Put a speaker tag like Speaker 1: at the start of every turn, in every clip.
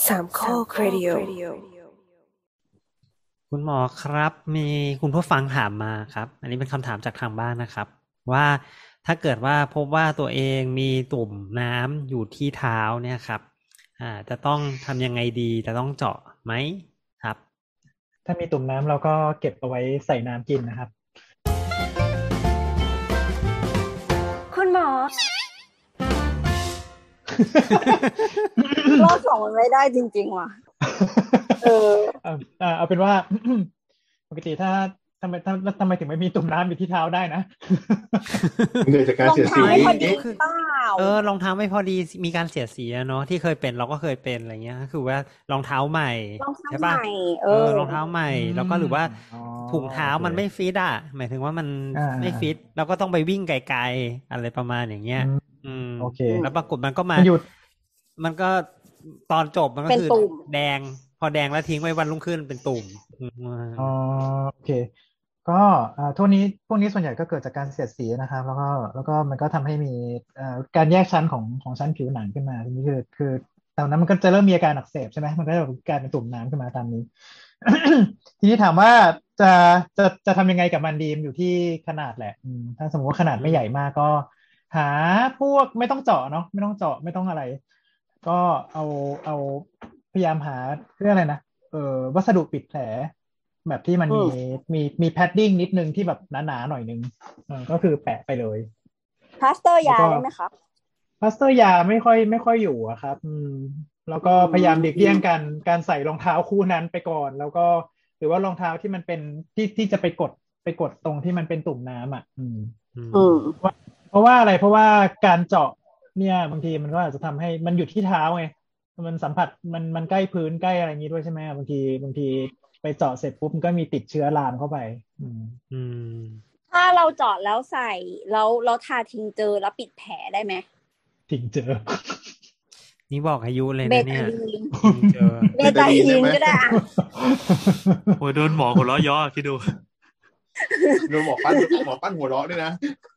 Speaker 1: สามข้อครดิโอ
Speaker 2: คุณหมอครับมีคุณผู้ฟังถามมาครับอันนี้เป็นคำถามจากทางบ้านนะครับว่าถ้าเกิดว่าพบว่าตัวเองมีตุ่มน้ำอยู่ที่เท้าเนี่ยครับจะต้องทำยังไงดีจะต้องเจาะไหมครับ
Speaker 3: ถ้ามีตุ่มน้ำเราก็เก็บเอาไว้ใส่น้ำกินนะครับ
Speaker 1: คุณหมอ
Speaker 4: รอบสองมันไม่ได้จริงๆว่ะ
Speaker 3: เอาเป็นว่า ปกติถ้าทำไมถึงไม่มีตุ่มน้ำอยู่ที่เท้าได้นะ
Speaker 5: เนื่องจากการเสียสี
Speaker 2: รองเท้าไม่พอดีมีการเสียสีเนาะที่เคยเป็นเราก็เคยเป็นอะไรเงี้ยคือว่ารองเท้าใหม่ใช่ป่ะรองเท้าใหม่แล้วก็หรือว่าถุงเท้ามันไม่ฟิตหมายถึงว่ามันไม่ฟิตเราก็ต้องไปวิ่งไกลๆอะไรประมาณอย่างเงี้ย
Speaker 3: โอเค
Speaker 2: แล้วปรากฏมันก็มามันก็ตอนจบมันก็คือแดงพอแดงแล้วทิ้งไว้วันรุ่งขึ้นเป็นตุ่ม
Speaker 3: โอเคก็พวกนี้ส่วนใหญ่ก็เกิดจากการเสียดสีนะครับแล้วก็มันก็ทำให้มีการแยกชั้นของชั้นผิวหนังขึ้นมาทีนี้คือตอนนั้นมันก็จะเริ่มมีอาการอักเสบใช่ไหมมันก็จะกลายเป็นตุ่มน้ำขึ้นมาตามนี้ ทีนี้ถามว่าจะทำยังไงกับมันดีมอยู่ที่ขนาดแหละถ้าสมมติว่าขนาดไม่ใหญ่มากก็หาพวกไม่ต้องเจาะเนาะไม่ต้องเจาะไม่ต้องอะไรก็เอาพยายามหาเรื่องอะไรนะวัสดุปิดแผลแบบที่มันมีแพดดิ้งนิดนึงที่แบบหนาๆหน่อยนึงก็คือแปะไปเลย
Speaker 4: พลาสเตอร์ยาได้ไหมครับ
Speaker 3: พลาสเตอร์ยาไม่ค่อยอยู่อะครับแล้วก็พยายามหลีกเลี่ยงการใส่รองเท้าคู่นั้นไปก่อนแล้วก็หรือว่ารองเท้าที่มันเป็นที่จะไปกดตรงที่มันเป็นตุ่มน้ำเพราะว่าอะไรเพราะว่าการเจาะเนี่ยบางทีมันก็อาจจะทำให้มันอยู่ที่เท้าไงมันสัมผัสมันใกล้พื้นใกล้อะไรอย่างนี้ด้วยใช่ไหมบางทีไปเจาะเสร็จปุ๊บมันก็มีติดเชื้อลามเข้าไป
Speaker 4: ถ้าเราเจาะแล้วใส่เราทาทิงเจอแล้วปิดแผลได้ไหม
Speaker 3: ทิงเจอ
Speaker 2: นี่บอกอายุเลยนะเนี่ย
Speaker 4: เบตาดีนก็ได้
Speaker 6: โอ้ยโดนหมอหัวเราะย่อคิดดู
Speaker 5: โดนหมอปั้นหัวเราะด้วยนะ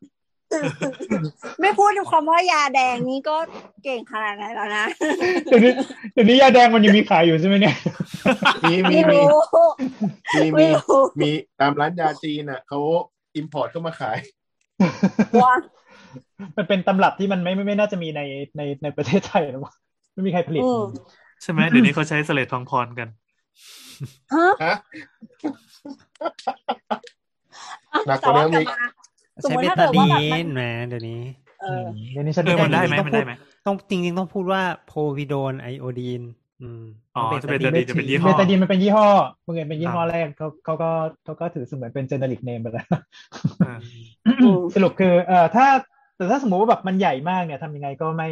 Speaker 4: ไม่พูดถึงความว่ายาแดงนี้ก็เก่งขนาดไหนแล้วนะ
Speaker 3: เดี๋ยวนี้ยาแดงมันยังมีขายอยู่ใช่ไหมเนี่ย
Speaker 5: มีตามร้านยาจีนอ่ะเขาอิมพอร์ตเข้ามาขาย
Speaker 4: ว้า
Speaker 3: มันเป็นตำรับที่มันไม่น่าจะมีในประเทศไทยหรอกไม่มีใครผลิต
Speaker 6: ใช่ไหมเดี๋ยวนี้เขาใช้เสลดทองพรกัน
Speaker 5: ฮะหนักกว่าเดิมอีก
Speaker 2: ใช้เบตาดีนนะเดี๋ยวนี้
Speaker 6: มันได้ไหม
Speaker 2: ต้องจริงๆต้องพูดว่าโพวิโดนไอโอดีน
Speaker 6: เบตาดีนจะเป็นยี่ห้อ
Speaker 3: เบตาดีนมันเป็นยี่ห้อเมื่อไงเป็นยี่ห้อแรกเขาก็ถือเสมือนเป็นเจเนริกเนมไปแล้วสรุปคือแต่ถ้าสมมติว่าแบบมันใหญ่มากเนี่ยทำยังไงก็ไม่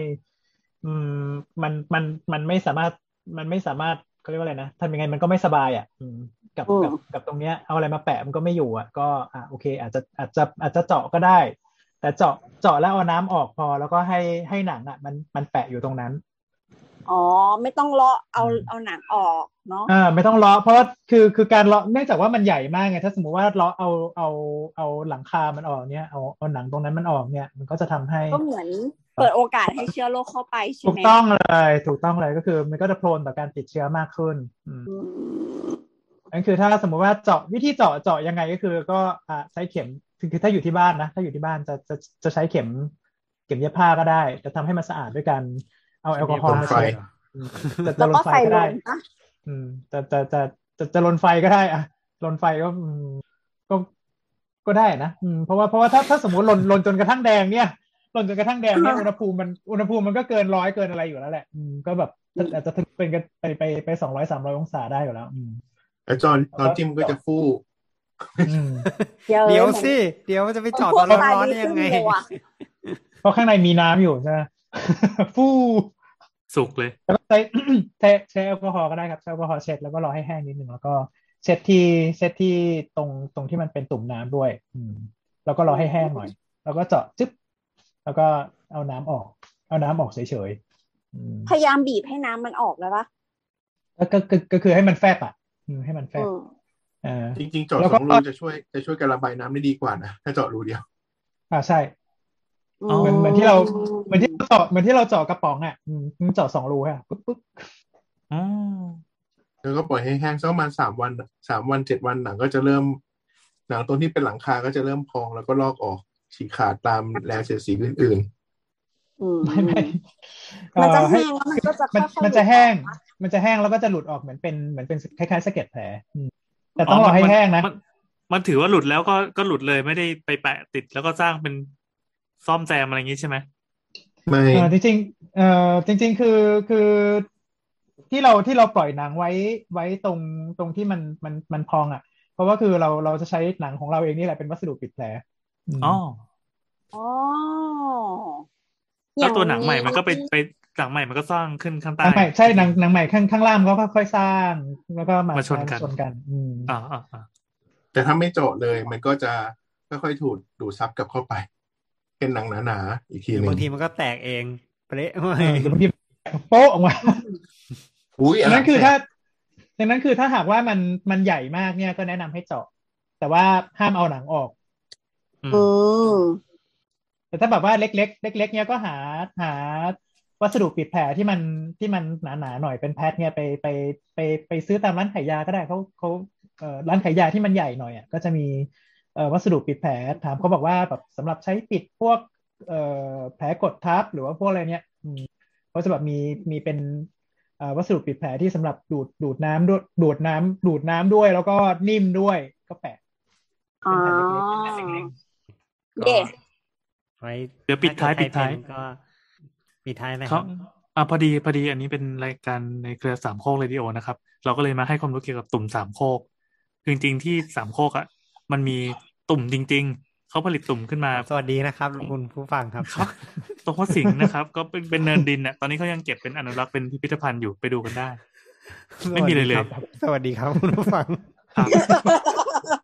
Speaker 3: มันไม่สามารถเขาเรียกว่าอะไรนะทำยังไงมันก็ไม่สบายกับตรงเนี้ยเอาอะไรมาแปะมันก็ไม่อยู่โอเคอาจจะเจาะก็ได้แต่เจาะแล้วเอาน้ำออกพอแล้วก็ให้หนังมันแปะอยู่ตรงนั้น
Speaker 4: ไม่ต้องเลาะเอาหนังออกเนาะ
Speaker 3: ไม่ต้องเลาะเพราะคือการเลาะเนื่องจากว่ามันใหญ่มากไงถ้าสมมติว่าเลาะเอาหลังคามันออกเนี่ยเอาหนังตรงนั้นมันออกเนี่ยมันก็จะทำให้
Speaker 4: ก็เหมือนเปิดโอกาสให้เชื้อโรคเข้าไปใช่ไหม
Speaker 3: ถูกต้องเลยก็คือมันก็จะโพลนต่อการติดเชื้อมากขึ้นนั่นคือถ้าสมมติว่าวิธีเจาะยังไงก็คือก็ใช้เข็มคือถ้าอยู่ที่บ้านนะถ้าอยู่ที่บ้านจะใช้เข็มเย็บผ้าก็ได้จะทำให้มันสะอาดด้วยการเอาแอลกอฮอล์มาเช็ดจะลนไฟก็ได้จะลนไฟก็ได้ลนไฟก็ได้นะเพราะว่าถ้าสมมติลนจนกระทั่งแดงเนี่ยลนจนกระทั่งแดงเนี่ยอุณหภูมิมันก็เกิน100เกินอะไรอยู่แล้วแหละก็แบบอาจจะถึงเป็นกันไป200-300องศาได้อยู่แล้ว
Speaker 5: แล้วตอนจิ้มก็จะฟู
Speaker 2: เดี๋ยวสิเดี๋ยวจะไปเจาะตอนร้อนๆยังไง
Speaker 3: เพราะข้างในมีน้ำอยู่ใช่ไหมฟู
Speaker 6: สุกเลย
Speaker 3: แล้วก็ใช้แอลกอฮอล์ก็ได้ครับใช้แอลกอฮอล์เช็ดแล้วก็รอให้แห้งนิดนึงแล้วก็เช็ดที่ตรงที่มันเป็นตุ่มน้ำด้วยแล้วก็รอให้แห้งหน่อยแล้วก็เจาะจึ๊บแล้วก็เอาน้ำออกเฉย
Speaker 4: ๆพยายามบีบให้น้ำมันออกแล้วปะ
Speaker 3: ก็คือให้มันแฟบให้มันแฟบ
Speaker 5: จริงๆเจาะ2 รูจะช่วยการระบายน้ำได้ดีกว่านะถ้าเจาะรูเดียว
Speaker 3: ใช่เหมือนที่เราเจาะกระป๋องเจาะ2 รูปุ๊บ
Speaker 6: อ๋อ
Speaker 5: แล้วก็ปล่อยให้แห้งสักประมาณ3 วัน 7 วันหนังก็จะเริ่มหนังตรงที่เป็นหลังคาก็จะเริ่มพองแล้วก็ลอกออกฉีกขาดตามแรงเสียดสีอื่น
Speaker 3: ไม่
Speaker 4: มันจะแห้งแล้วมันก็จะค่อยๆ
Speaker 3: มันจะแห้งแล้วก็จะหลุดออกเหมือนเป็นคล้ายๆสะเก็ดแผลแต่ต้องรอให้แห้งนะ
Speaker 6: มันถือว่าหลุดแล้วก็หลุดเลยไม่ได้ไปแปะติดแล้วก็สร้างเป็นซ่อมแซมอะไรอย่างนี้ใช่ไหม
Speaker 5: ไม่
Speaker 3: จริงๆจริงๆคือที่เราปล่อยหนังไว้ตรงที่มันพองอ่ะเพราะว่าคือเราจะใช้หนังของเราเองนี่แหละเป็นวัสดุปิดแผล
Speaker 6: อ๋อ
Speaker 4: อ๋อ
Speaker 6: แล้วตัวหนังใหม่มันก็ไปหนังใหม่มันก็สร้างขึ้นข้างใต้
Speaker 3: หนังใหม่ใช่หนังใหม่ข้างล่างก็ค่อยๆสร้างแล้วก็มา
Speaker 6: ชนกัน
Speaker 5: แต่ถ้าไม่เจาะเลยมันก็จะค่อยๆถูกดูดซับกลับเข้าไปเป็นหนังหนาๆอีกทีนึง
Speaker 2: บางทีมันก็แตกเองเปรี้ย
Speaker 3: หรือบางทีโป๊ะออกมา
Speaker 5: ดัง
Speaker 3: นั้นคือถ้าหากว่ามันใหญ่มากเนี่ยก็แนะนำให้เจาะแต่ว่าห้ามเอาหนังออกแต่ถ้าแบบว่าเล็กเนี่ยก็หาวัสดุปิดแผลที่มันหนาหน่อยเป็นแพทเนี่ยไปซื้อตามร้านขายยาก็ได้เขาร้านขายยาที่มันใหญ่หน่อยอ่ะก็จะมีวัสดุปิดแผลถามเขาบอกว่าแบบสำหรับใช้ปิดพวกแผลกดทับหรือว่าพวกอะไรเนี่ยเขาจะแบบมีเป็นวัสดุปิดแผลที่สำหรับดูดน้ำด้วยดูดน้ำด้วยแล้วก็นิ่มด้วยก็แปะเป็นแผ่นเล็ก
Speaker 4: ๆเด็ก
Speaker 6: เดี๋ยวปิดท้าย
Speaker 2: ก็ปิดท้ายไหม
Speaker 6: ครับพอดีอันนี้เป็นรายการในเครือสามโคกเรดิโอนะครับเราก็เลยมาให้ความรู้เกี่ยวกับตุ่มสามโคกจริงๆที่สามโคกอ่ะมันมีตุ่มจริงๆเขาผลิตตุ่มขึ้นมา
Speaker 2: สวัสดีนะครับคุณผู้ฟังครับ
Speaker 6: ตรงหัวสิงนะครับก็เป็นเนินดินอ่ะตอนนี้เขายังเก็บเป็นอนุรักษ์เป็นพิพิธภัณฑ์อยู่ไปดูกันได้ไม่มีเลย
Speaker 2: สวัสดีครับคุณผู้ฟัง